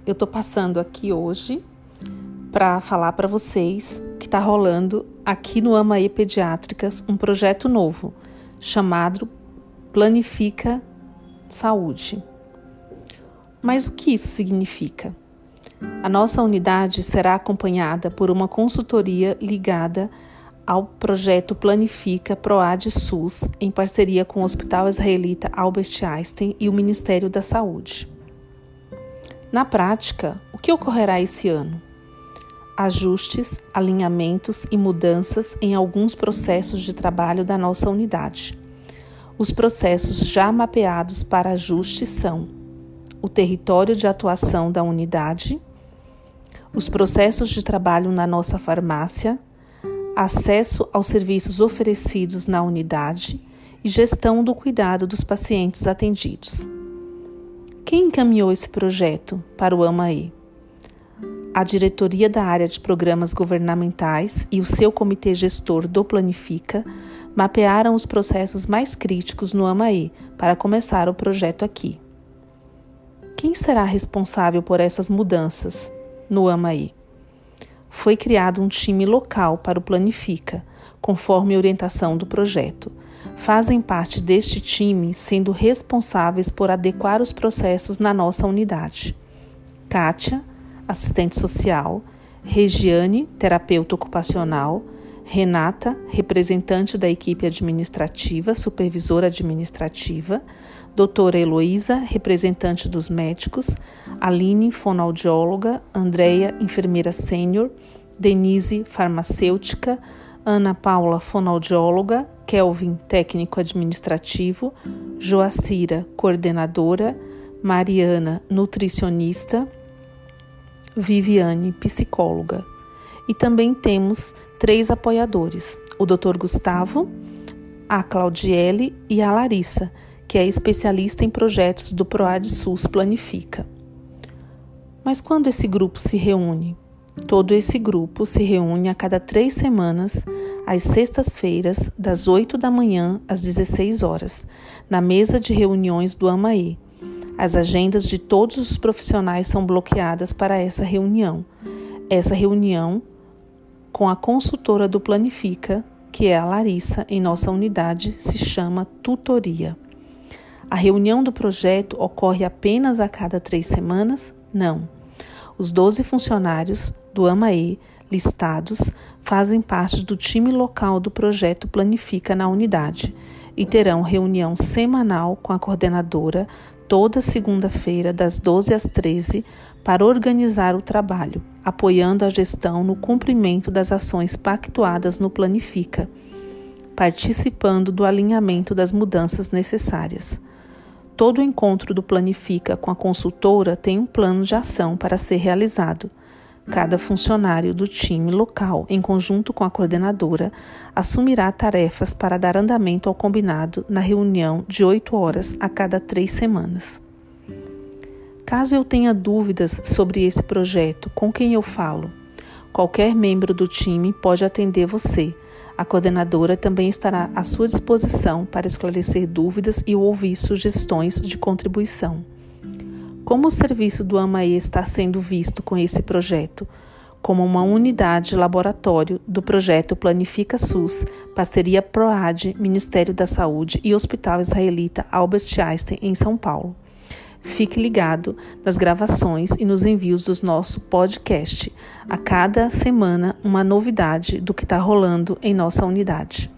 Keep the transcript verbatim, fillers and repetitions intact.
eu tô passando aqui hoje para falar para vocês que está rolando aqui no AMAE Pediátricas um projeto novo chamado Planifica Saúde. Mas o que isso significa? A nossa unidade será acompanhada por uma consultoria ligada ao projeto Planifica PROAD SUS, em parceria com o Hospital Israelita Albert Einstein e o Ministério da Saúde. Na prática, o que ocorrerá esse ano? Ajustes, alinhamentos e mudanças em alguns processos de trabalho da nossa unidade. Os processos já mapeados para ajustes são o território de atuação da unidade, os processos de trabalho na nossa farmácia, acesso aos serviços oferecidos na unidade e gestão do cuidado dos pacientes atendidos. Quem encaminhou esse projeto para o AMAE? A diretoria da área de programas governamentais e o seu comitê gestor do Planifica mapearam os processos mais críticos no AMAE para começar o projeto aqui. Quem será responsável por essas mudanças no AMAE? Foi criado um time local para o Planifica, conforme a orientação do projeto. Fazem parte deste time sendo responsáveis por adequar os processos na nossa unidade. Kátia, assistente social, Regiane, terapeuta ocupacional, Renata, representante da equipe administrativa, supervisora administrativa, doutora Heloísa, representante dos médicos, Aline, fonoaudióloga, Andréia, enfermeira sênior, Denise, farmacêutica, Ana Paula, fonoaudióloga, Kelvin, técnico administrativo, Joacira, coordenadora, Mariana, nutricionista, Viviane, psicóloga. E também temos três apoiadores, o doutor Gustavo, a Claudiele e a Larissa, que é especialista em projetos do PROAD SUS Planifica. Mas quando esse grupo se reúne? Todo esse grupo se reúne a cada três semanas, às sextas-feiras, das oito da manhã às dezesseis horas, na mesa de reuniões do AMAE. As agendas de todos os profissionais são bloqueadas para essa reunião. Essa reunião com a consultora do Planifica, que é a Larissa, em nossa unidade, se chama tutoria. A reunião do projeto ocorre apenas a cada três semanas? Não. Os doze funcionários do AMAE listados fazem parte do time local do projeto Planifica na unidade e terão reunião semanal com a coordenadora toda segunda-feira das doze às treze para organizar o trabalho, apoiando a gestão no cumprimento das ações pactuadas no Planifica, participando do alinhamento das mudanças necessárias. Todo encontro do Planifica com a consultora tem um plano de ação para ser realizado. Cada funcionário do time local, em conjunto com a coordenadora, assumirá tarefas para dar andamento ao combinado na reunião de oito horas a cada três semanas. Caso eu tenha dúvidas sobre esse projeto, com quem eu falo? Qualquer membro do time pode atender você. A coordenadora também estará à sua disposição para esclarecer dúvidas e ouvir sugestões de contribuição. Como o serviço do AMAE está sendo visto com esse projeto? Como uma unidade laboratório do projeto Planifica SUS, parceria PROAD, Ministério da Saúde e Hospital Israelita Albert Einstein, em São Paulo. Fique ligado nas gravações e nos envios do nosso podcast. A cada semana, uma novidade do que está rolando em nossa unidade.